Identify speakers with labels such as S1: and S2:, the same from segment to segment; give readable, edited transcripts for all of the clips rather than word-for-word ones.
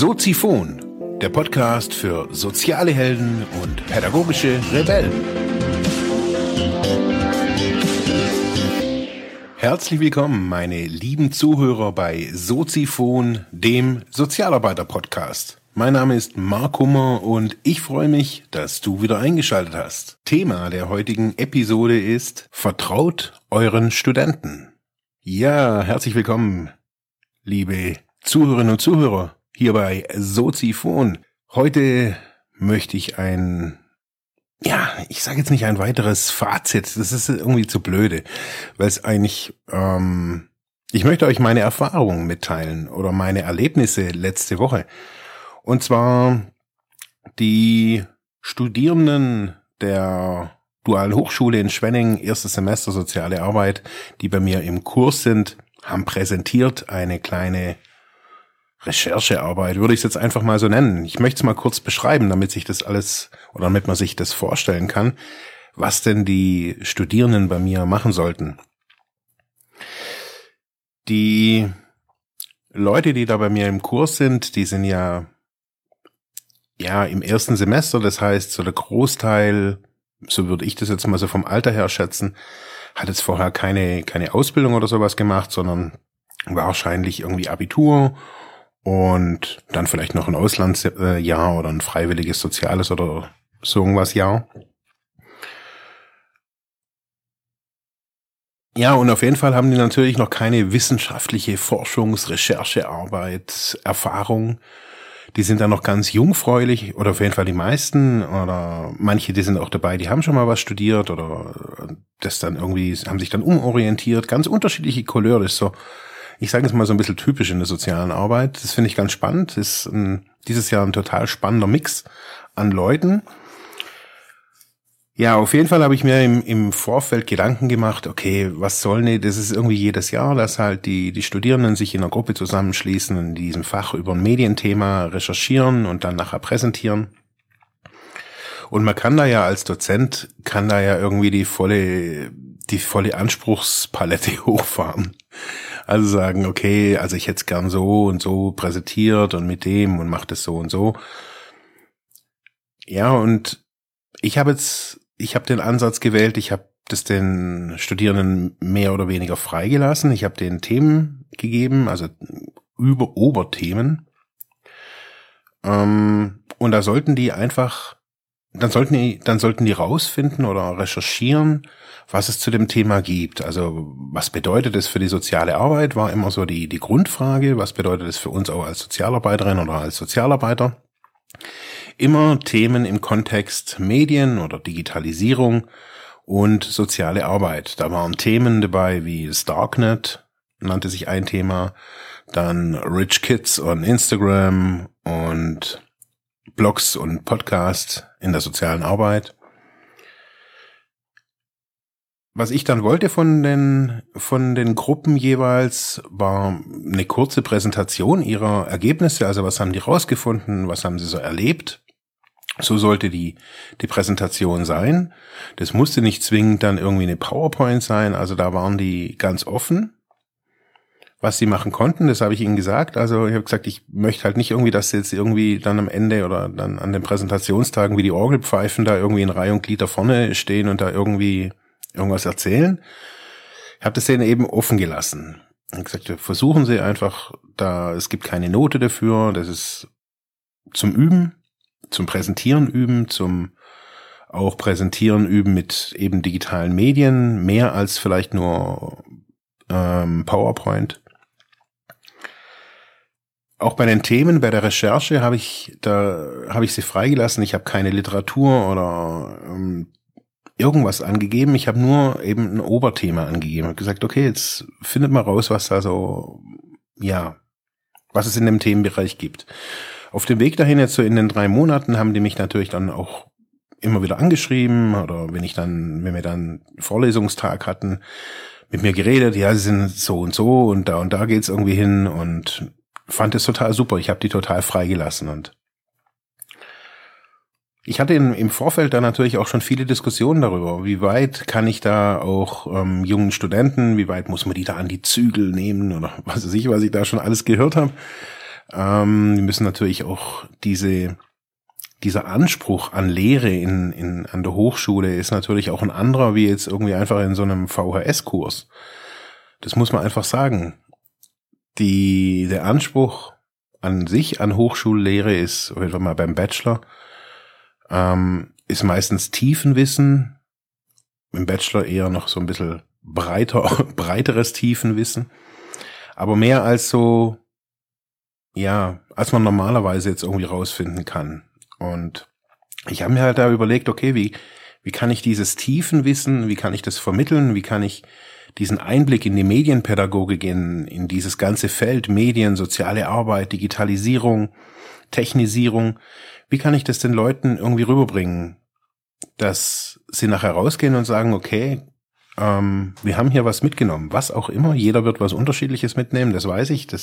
S1: Soziphon, der Podcast für soziale Helden und pädagogische Rebellen. Herzlich willkommen, meine lieben Zuhörer bei Soziphon, dem Sozialarbeiter-Podcast. Mein Name ist Mark Hummer und ich freue mich, dass du wieder eingeschaltet hast. Thema der heutigen Episode ist: Vertraut euren Studenten. Ja, herzlich willkommen, liebe Zuhörerinnen und Zuhörer, hier bei Soziphon. Heute möchte ich ich sage jetzt nicht ein weiteres Fazit, das ist irgendwie zu blöde, weil es eigentlich, ich möchte euch meine Erfahrungen mitteilen oder meine Erlebnisse letzte Woche. Und zwar die Studierenden der Dualen Hochschule in Schwenning, erstes Semester Soziale Arbeit, die bei mir im Kurs sind, haben präsentiert eine kleine Recherchearbeit, würde ich es jetzt einfach mal so nennen. Ich möchte es mal kurz beschreiben, damit sich das alles oder damit man sich das vorstellen kann, was denn die Studierenden bei mir machen sollten. Die Leute, die da bei mir im Kurs sind, die sind ja im ersten Semester, das heißt so der Großteil, so würde ich das jetzt mal so vom Alter her schätzen, hat jetzt vorher keine Ausbildung oder sowas gemacht, sondern wahrscheinlich irgendwie Abitur und dann vielleicht noch ein Auslandsjahr oder ein freiwilliges soziales oder so irgendwas Jahr. Ja, und auf jeden Fall haben die natürlich noch keine wissenschaftliche Recherchearbeit, Erfahrung. Die sind da noch ganz jungfräulich, oder auf jeden Fall die meisten, oder manche, die sind auch dabei, die haben schon mal was studiert oder das dann irgendwie, haben sich dann umorientiert. Ganz unterschiedliche Couleur, das ist so, ich sage es mal so ein bisschen typisch in der sozialen Arbeit. Das finde ich ganz spannend. Das ist dieses Jahr ein total spannender Mix an Leuten. Ja, auf jeden Fall habe ich mir im Vorfeld Gedanken gemacht, okay, was soll denn, das ist irgendwie jedes Jahr, dass halt die Studierenden sich in einer Gruppe zusammenschließen, in diesem Fach über ein Medienthema recherchieren und dann nachher präsentieren. Und man kann da ja als Dozent, irgendwie die volle Anspruchspalette hochfahren. Also sagen, okay, also ich hätte es gern so und so präsentiert und mit dem und mache das so und so. Ja, und ich habe den Ansatz gewählt, ich habe das den Studierenden mehr oder weniger freigelassen. Ich habe denen Themen gegeben, also über Oberthemen. Und da sollten die einfach, dann sollten die rausfinden oder recherchieren, was es zu dem Thema gibt. Also was bedeutet es für die soziale Arbeit, war immer so die Grundfrage. Was bedeutet es für uns auch als Sozialarbeiterin oder als Sozialarbeiter? Immer Themen im Kontext Medien oder Digitalisierung und soziale Arbeit. Da waren Themen dabei wie das Darknet, nannte sich ein Thema, dann Rich Kids on Instagram und Blogs und Podcasts in der sozialen Arbeit. Was ich dann wollte von den Gruppen jeweils, war eine kurze Präsentation ihrer Ergebnisse, also was haben die rausgefunden, was haben sie so erlebt. So sollte die Präsentation sein. Das musste nicht zwingend dann irgendwie eine PowerPoint sein, also da waren die ganz offen, was sie machen konnten, das habe ich ihnen gesagt. Also ich habe gesagt, ich möchte halt nicht irgendwie, dass sie jetzt irgendwie dann am Ende oder dann an den Präsentationstagen wie die Orgelpfeifen da irgendwie in Reihe und Glied da vorne stehen und da irgendwie irgendwas erzählen. Ich habe das denen eben offen gelassen. Ich habe gesagt, versuchen Sie einfach, es gibt keine Note dafür, das ist zum Üben, zum Präsentieren üben, zum auch Präsentieren üben mit eben digitalen Medien, mehr als vielleicht nur PowerPoint. Auch bei den Themen, bei der Recherche habe ich sie freigelassen. Ich habe keine Literatur oder irgendwas angegeben. Ich habe nur eben ein Oberthema angegeben. Ich habe gesagt, okay, jetzt findet mal raus, was da so, was es in dem Themenbereich gibt. Auf dem Weg dahin jetzt so in den 3 Monaten haben die mich natürlich dann auch immer wieder angeschrieben oder wenn wir dann Vorlesungstag hatten, mit mir geredet, ja, sie sind so und da geht's irgendwie hin und fand es total super. Ich habe die total freigelassen und ich hatte im Vorfeld da natürlich auch schon viele Diskussionen darüber, wie weit kann ich da auch jungen Studenten, wie weit muss man die da an die Zügel nehmen oder was weiß ich, was ich da schon alles gehört habe. Wir müssen natürlich auch dieser Anspruch an Lehre an der Hochschule ist natürlich auch ein anderer, wie jetzt irgendwie einfach in so einem VHS-Kurs. Das muss man einfach sagen. Der Anspruch an sich, an Hochschullehre ist, auf jeden Fall mal beim Bachelor, ist meistens Tiefenwissen. Im Bachelor eher noch so ein bisschen breiteres Tiefenwissen. Aber mehr als so, ja, als man normalerweise jetzt irgendwie rausfinden kann. Und ich habe mir halt da überlegt, okay, wie kann ich dieses Tiefenwissen, wie kann ich das vermitteln, wie kann ich diesen Einblick in die Medienpädagogik, in dieses ganze Feld Medien, soziale Arbeit, Digitalisierung, Technisierung, wie kann ich das den Leuten irgendwie rüberbringen, dass sie nachher rausgehen und sagen, okay, wir haben hier was mitgenommen, was auch immer, jeder wird was Unterschiedliches mitnehmen, das weiß ich,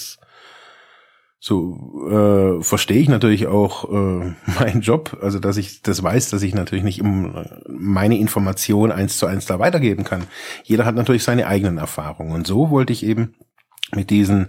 S1: so verstehe ich natürlich auch meinen Job, also dass ich das weiß, dass ich natürlich nicht meine Information 1:1 da weitergeben kann. Jeder hat natürlich seine eigenen Erfahrungen und so wollte ich eben mit diesen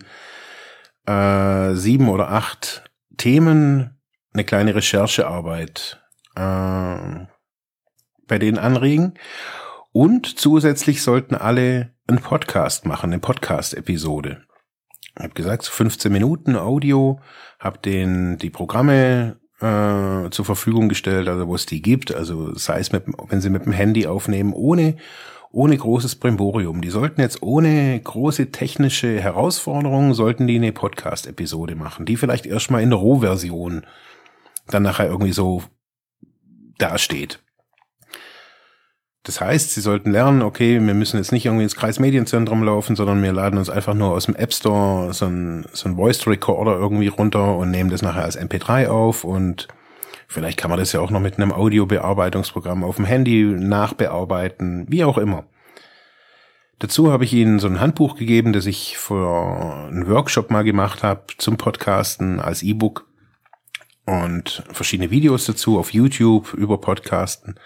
S1: 7 oder 8 Themen eine kleine Recherchearbeit bei denen anregen und zusätzlich sollten alle einen Podcast machen, eine Podcast-Episode. Ich habe gesagt, so 15 Minuten Audio, habe denen die Programme zur Verfügung gestellt, also wo es die gibt, also sei es wenn sie mit dem Handy aufnehmen, ohne großes Brimborium. Die sollten jetzt ohne große technische Herausforderungen, sollten die eine Podcast-Episode machen, die vielleicht erstmal in der Rohversion dann nachher irgendwie so dasteht. Das heißt, sie sollten lernen, okay, wir müssen jetzt nicht irgendwie ins Kreismedienzentrum laufen, sondern wir laden uns einfach nur aus dem App Store so ein Voice Recorder irgendwie runter und nehmen das nachher als MP3 auf und vielleicht kann man das ja auch noch mit einem Audiobearbeitungsprogramm auf dem Handy nachbearbeiten, wie auch immer. Dazu habe ich ihnen so ein Handbuch gegeben, das ich für einen Workshop mal gemacht habe zum Podcasten als E-Book und verschiedene Videos dazu auf YouTube über Podcasten.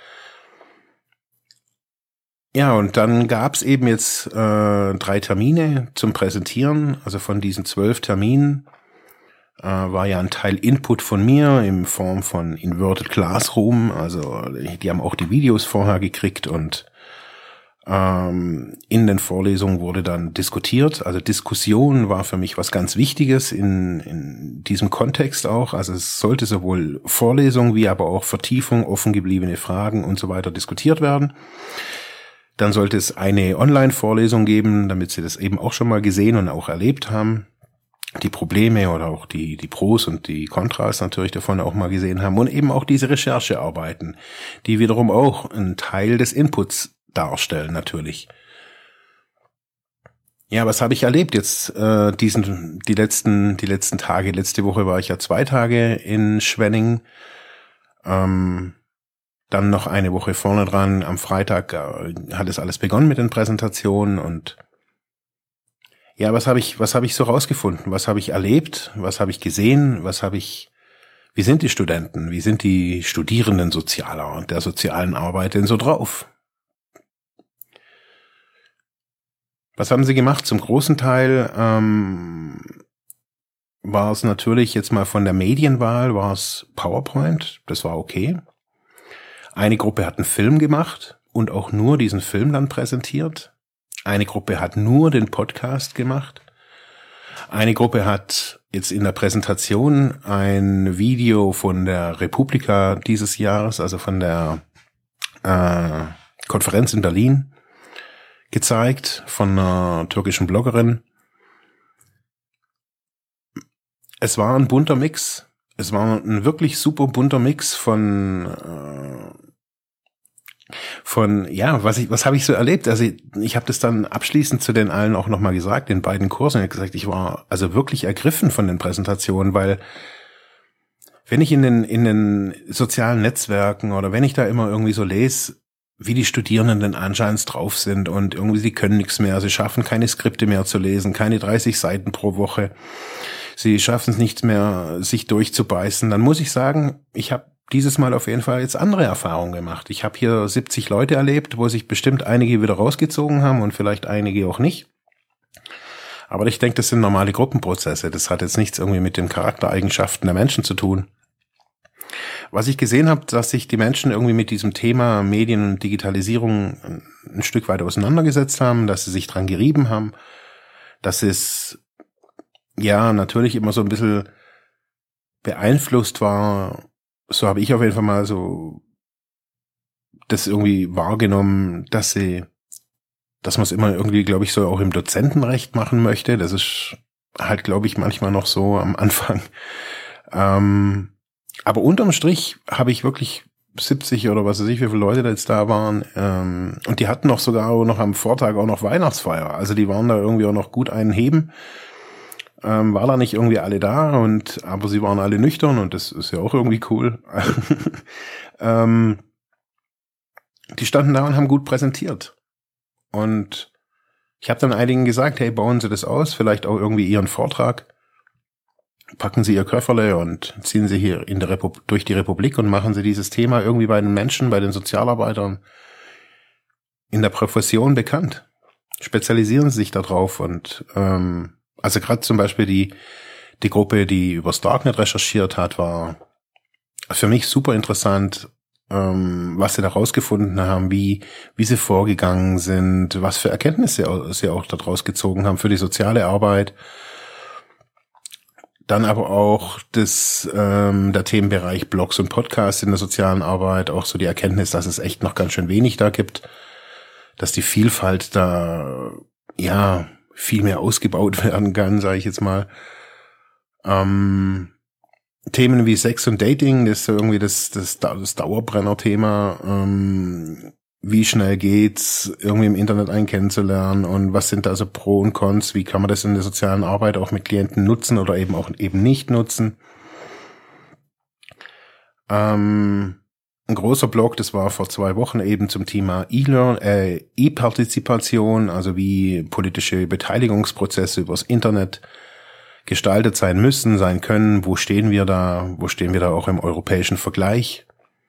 S1: Ja, und dann gab's eben jetzt 3 Termine zum Präsentieren. Also von diesen 12 Terminen war ja ein Teil Input von mir in Form von Inverted Classroom. Also die haben auch die Videos vorher gekriegt und in den Vorlesungen wurde dann diskutiert. Also Diskussion war für mich was ganz Wichtiges in diesem Kontext auch. Also es sollte sowohl Vorlesung wie aber auch Vertiefung, offen gebliebene Fragen und so weiter diskutiert werden. Dann sollte es eine Online-Vorlesung geben, damit Sie das eben auch schon mal gesehen und auch erlebt haben. Die Probleme oder auch die Pros und die Kontras natürlich davon auch mal gesehen haben. Und eben auch diese Recherchearbeiten, die wiederum auch einen Teil des Inputs darstellen natürlich. Ja, was habe ich erlebt jetzt die letzten Tage? Letzte Woche war ich ja 2 Tage in Schwenning. Dann noch eine Woche vorne dran. Am Freitag hat es alles begonnen mit den Präsentationen und ja, was habe ich so rausgefunden? Was habe ich erlebt? Was habe ich gesehen? Wie sind die Studenten? Wie sind die Studierenden Sozialer und der sozialen Arbeit denn so drauf? Was haben sie gemacht? Zum großen Teil war es natürlich jetzt mal von der Medienwahl, war es PowerPoint. Das war okay. Eine Gruppe hat einen Film gemacht und auch nur diesen Film dann präsentiert. Eine Gruppe hat nur den Podcast gemacht. Eine Gruppe hat jetzt in der Präsentation ein Video von der Republika dieses Jahres, also von der Konferenz in Berlin, gezeigt von einer türkischen Bloggerin. Es war ein bunter Mix. Es war ein wirklich super bunter Mix von was habe ich so erlebt? Also ich habe das dann abschließend zu den allen auch nochmal gesagt, in beiden Kursen. Ich habe gesagt, ich war also wirklich ergriffen von den Präsentationen, weil wenn ich in den sozialen Netzwerken oder wenn ich da immer irgendwie so lese, wie die Studierenden anscheinend drauf sind und irgendwie sie können nichts mehr, sie schaffen keine Skripte mehr zu lesen, keine 30 Seiten pro Woche, sie schaffen es nicht mehr, sich durchzubeißen, dann muss ich sagen, ich habe dieses Mal auf jeden Fall jetzt andere Erfahrungen gemacht. Ich habe hier 70 Leute erlebt, wo sich bestimmt einige wieder rausgezogen haben und vielleicht einige auch nicht. Aber ich denke, das sind normale Gruppenprozesse. Das hat jetzt nichts irgendwie mit den Charaktereigenschaften der Menschen zu tun. Was ich gesehen habe, dass sich die Menschen irgendwie mit diesem Thema Medien und Digitalisierung ein Stück weit auseinandergesetzt haben, dass sie sich dran gerieben haben, dass es ja natürlich immer so ein bisschen beeinflusst war. So habe ich auf jeden Fall mal so das irgendwie wahrgenommen, dass man es immer irgendwie, glaube ich, so auch im Dozentenrecht machen möchte. Das ist halt, glaube ich, manchmal noch so am Anfang. Aber unterm Strich habe ich wirklich 70 oder was weiß ich, wie viele Leute da jetzt da waren. Und die hatten sogar noch am Vortag auch noch Weihnachtsfeier. Also die waren da irgendwie auch noch gut einen heben. War da nicht irgendwie alle da, aber sie waren alle nüchtern und das ist ja auch irgendwie cool. Die standen da und haben gut präsentiert. Und ich habe dann einigen gesagt, hey, bauen Sie das aus, vielleicht auch irgendwie Ihren Vortrag. Packen Sie Ihr Köfferle und ziehen Sie hier durch die Republik und machen Sie dieses Thema irgendwie bei den Menschen, bei den Sozialarbeitern in der Profession bekannt. Spezialisieren Sie sich da drauf und also gerade zum Beispiel die Gruppe, die übers Darknet recherchiert hat, war für mich super interessant, was sie da rausgefunden haben, wie sie vorgegangen sind, was für Erkenntnisse sie auch daraus gezogen haben für die soziale Arbeit. Dann aber auch der Themenbereich Blogs und Podcasts in der sozialen Arbeit, auch so die Erkenntnis, dass es echt noch ganz schön wenig da gibt, dass die Vielfalt da ja viel mehr ausgebaut werden kann, sage ich jetzt mal. Themen wie Sex und Dating, das ist irgendwie das Dauerbrenner-Thema. Wie schnell geht's, irgendwie im Internet einen kennenzulernen und was sind da so Pro und Cons, wie kann man das in der sozialen Arbeit auch mit Klienten nutzen oder eben auch eben nicht nutzen. Ein großer Blog, das war vor 2 Wochen eben zum Thema E-Partizipation, also wie politische Beteiligungsprozesse übers Internet gestaltet sein müssen, sein können. Wo stehen wir da auch im europäischen Vergleich?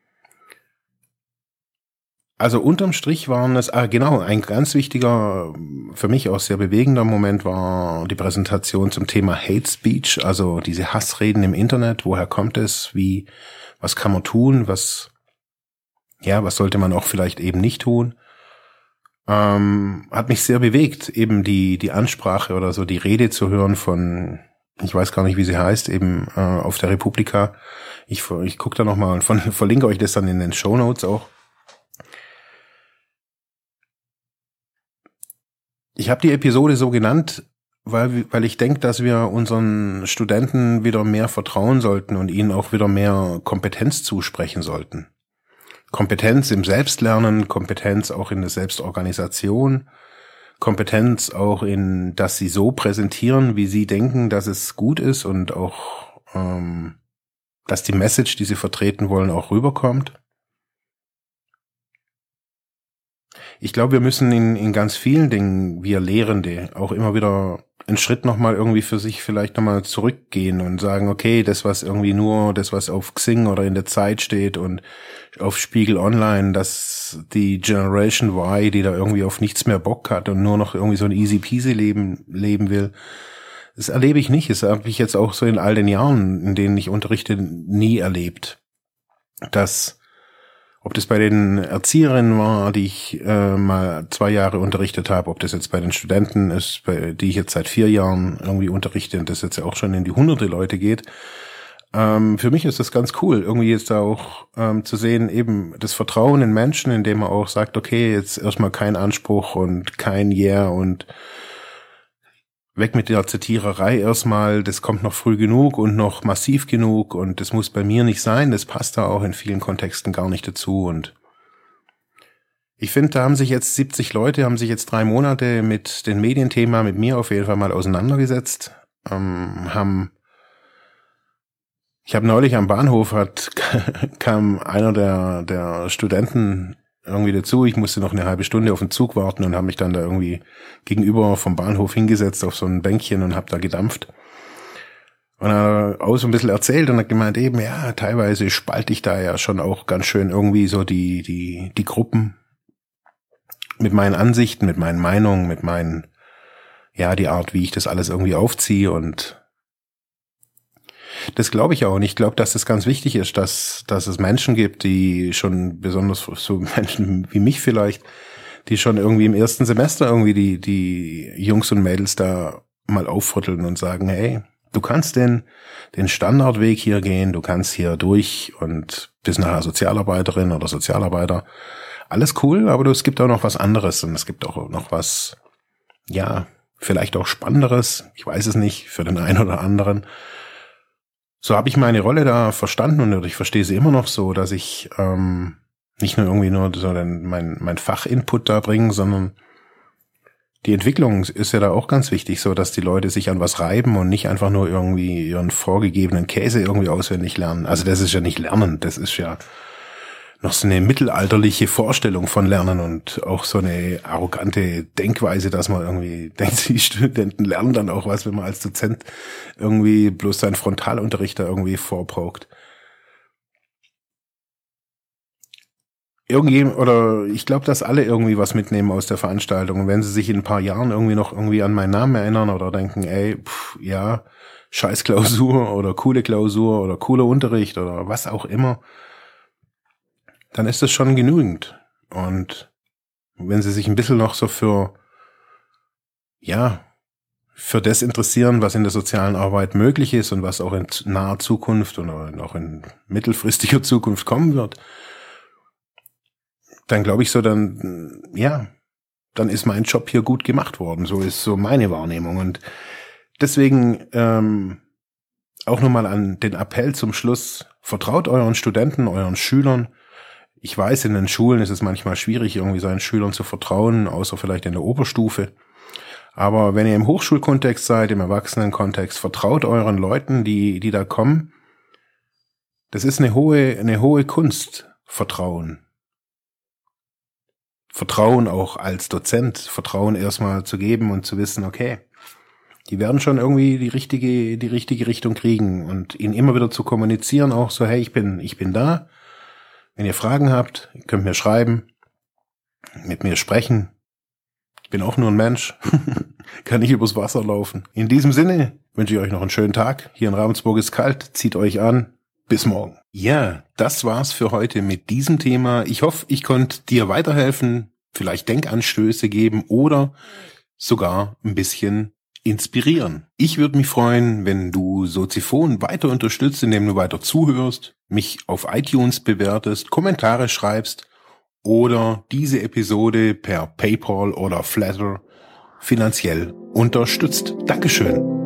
S1: Also unterm Strich waren es, ein ganz wichtiger, für mich auch sehr bewegender Moment war die Präsentation zum Thema Hate Speech, also diese Hassreden im Internet. Woher kommt es? Was kann man tun? Was sollte man auch vielleicht eben nicht tun? Hat mich sehr bewegt, eben die Ansprache oder so die Rede zu hören von, ich weiß gar nicht, wie sie heißt, eben auf der Republika. Ich gucke da nochmal und verlinke euch das dann in den Shownotes auch. Ich habe die Episode so genannt, weil ich denke, dass wir unseren Studenten wieder mehr vertrauen sollten und ihnen auch wieder mehr Kompetenz zusprechen sollten. Kompetenz im Selbstlernen, Kompetenz auch in der Selbstorganisation, Kompetenz auch in, dass sie so präsentieren, wie sie denken, dass es gut ist und auch, dass die Message, die sie vertreten wollen, auch rüberkommt. Ich glaube, wir müssen in ganz vielen Dingen, wir Lehrende, auch immer wieder einen Schritt nochmal irgendwie für sich vielleicht nochmal zurückgehen und sagen, okay, das was auf Xing oder in der Zeit steht und auf Spiegel Online, dass die Generation Y, die da irgendwie auf nichts mehr Bock hat und nur noch irgendwie so ein easy peasy Leben will, das erlebe ich nicht. Das habe ich jetzt auch so in all den Jahren, in denen ich unterrichte, nie erlebt. Ob das bei den Erzieherinnen war, die ich mal 2 Jahre unterrichtet habe, ob das jetzt bei den Studenten ist, die ich jetzt seit 4 Jahren irgendwie unterrichte und das jetzt ja auch schon in die hunderte Leute geht. Für mich ist das ganz cool, irgendwie jetzt auch zu sehen, eben das Vertrauen in Menschen, indem man auch sagt, okay, jetzt erstmal kein Anspruch und kein Yeah und weg mit der Zitiererei erstmal, das kommt noch früh genug und noch massiv genug und das muss bei mir nicht sein, das passt da auch in vielen Kontexten gar nicht dazu und ich finde, da haben sich jetzt 70 Leute, 3 Monate mit dem Medienthema mit mir auf jeden Fall mal auseinandergesetzt, ich habe neulich am Bahnhof kam einer der Studenten irgendwie dazu. Ich musste noch eine halbe Stunde auf den Zug warten und habe mich dann da irgendwie gegenüber vom Bahnhof hingesetzt auf so ein Bänkchen und habe da gedampft. Und er hat auch so ein bisschen erzählt und hat gemeint eben, ja, teilweise spalte ich da ja schon auch ganz schön irgendwie so die Gruppen mit meinen Ansichten, mit meinen Meinungen, mit meinen ja, die Art, wie ich das alles irgendwie aufziehe, und das glaube ich auch. Und ich glaube, dass es ganz wichtig ist, dass es Menschen gibt, die schon, besonders so Menschen wie mich vielleicht, die schon irgendwie im ersten Semester irgendwie die Jungs und Mädels da mal aufrütteln und sagen, hey, du kannst den Standardweg hier gehen, du kannst hier durch und bist nachher Sozialarbeiterin oder Sozialarbeiter. Alles cool, aber es gibt auch noch was anderes und es gibt auch noch was, ja, vielleicht auch Spannenderes. Ich weiß es nicht, für den einen oder anderen. So habe ich meine Rolle da verstanden und ich verstehe sie immer noch so, dass ich nicht nur irgendwie nur so mein Fachinput da bringen, sondern die Entwicklung ist ja da auch ganz wichtig, so dass die Leute sich an was reiben und nicht einfach nur irgendwie ihren vorgegebenen Käse irgendwie auswendig lernen. Also das ist ja nicht Lernen, das ist ja noch so eine mittelalterliche Vorstellung von Lernen und auch so eine arrogante Denkweise, dass man irgendwie denkt, die Studenten lernen dann auch was, wenn man als Dozent irgendwie bloß seinen Frontalunterricht da irgendwie vorbraucht. Oder ich glaube, dass alle irgendwie was mitnehmen aus der Veranstaltung. Und wenn sie sich in ein paar Jahren irgendwie noch irgendwie an meinen Namen erinnern oder denken, ey, ja, scheiß Klausur oder coole Klausur oder cooler Unterricht oder was auch immer, dann ist das schon genügend. Und wenn sie sich ein bisschen noch so für das interessieren, was in der sozialen Arbeit möglich ist und was auch in naher Zukunft oder auch in mittelfristiger Zukunft kommen wird, dann glaube ich so, dann ist mein Job hier gut gemacht worden. So ist so meine Wahrnehmung. Und deswegen auch nochmal an den Appell zum Schluss: Vertraut euren Studenten, euren Schülern. Ich weiß, in den Schulen ist es manchmal schwierig, irgendwie seinen Schülern zu vertrauen, außer vielleicht in der Oberstufe. Aber wenn ihr im Hochschulkontext seid, im Erwachsenenkontext, vertraut euren Leuten, die da kommen. Das ist eine hohe Kunst, Vertrauen. Vertrauen auch als Dozent, Vertrauen erstmal zu geben und zu wissen, okay, die werden schon irgendwie die richtige Richtung kriegen und ihnen immer wieder zu kommunizieren, auch so, hey, ich bin da. Wenn ihr Fragen habt, könnt mir schreiben, mit mir sprechen. Ich bin auch nur ein Mensch, kann nicht übers Wasser laufen. In diesem Sinne wünsche ich euch noch einen schönen Tag. Hier in Ravensburg ist kalt, zieht euch an. Bis morgen. Ja, das war's für heute mit diesem Thema. Ich hoffe, ich konnte dir weiterhelfen, vielleicht Denkanstöße geben oder sogar ein bisschen inspirieren. Ich würde mich freuen, wenn du Soziphon weiter unterstützt, indem du weiter zuhörst, mich auf iTunes bewertest, Kommentare schreibst oder diese Episode per PayPal oder Flattr finanziell unterstützt. Dankeschön.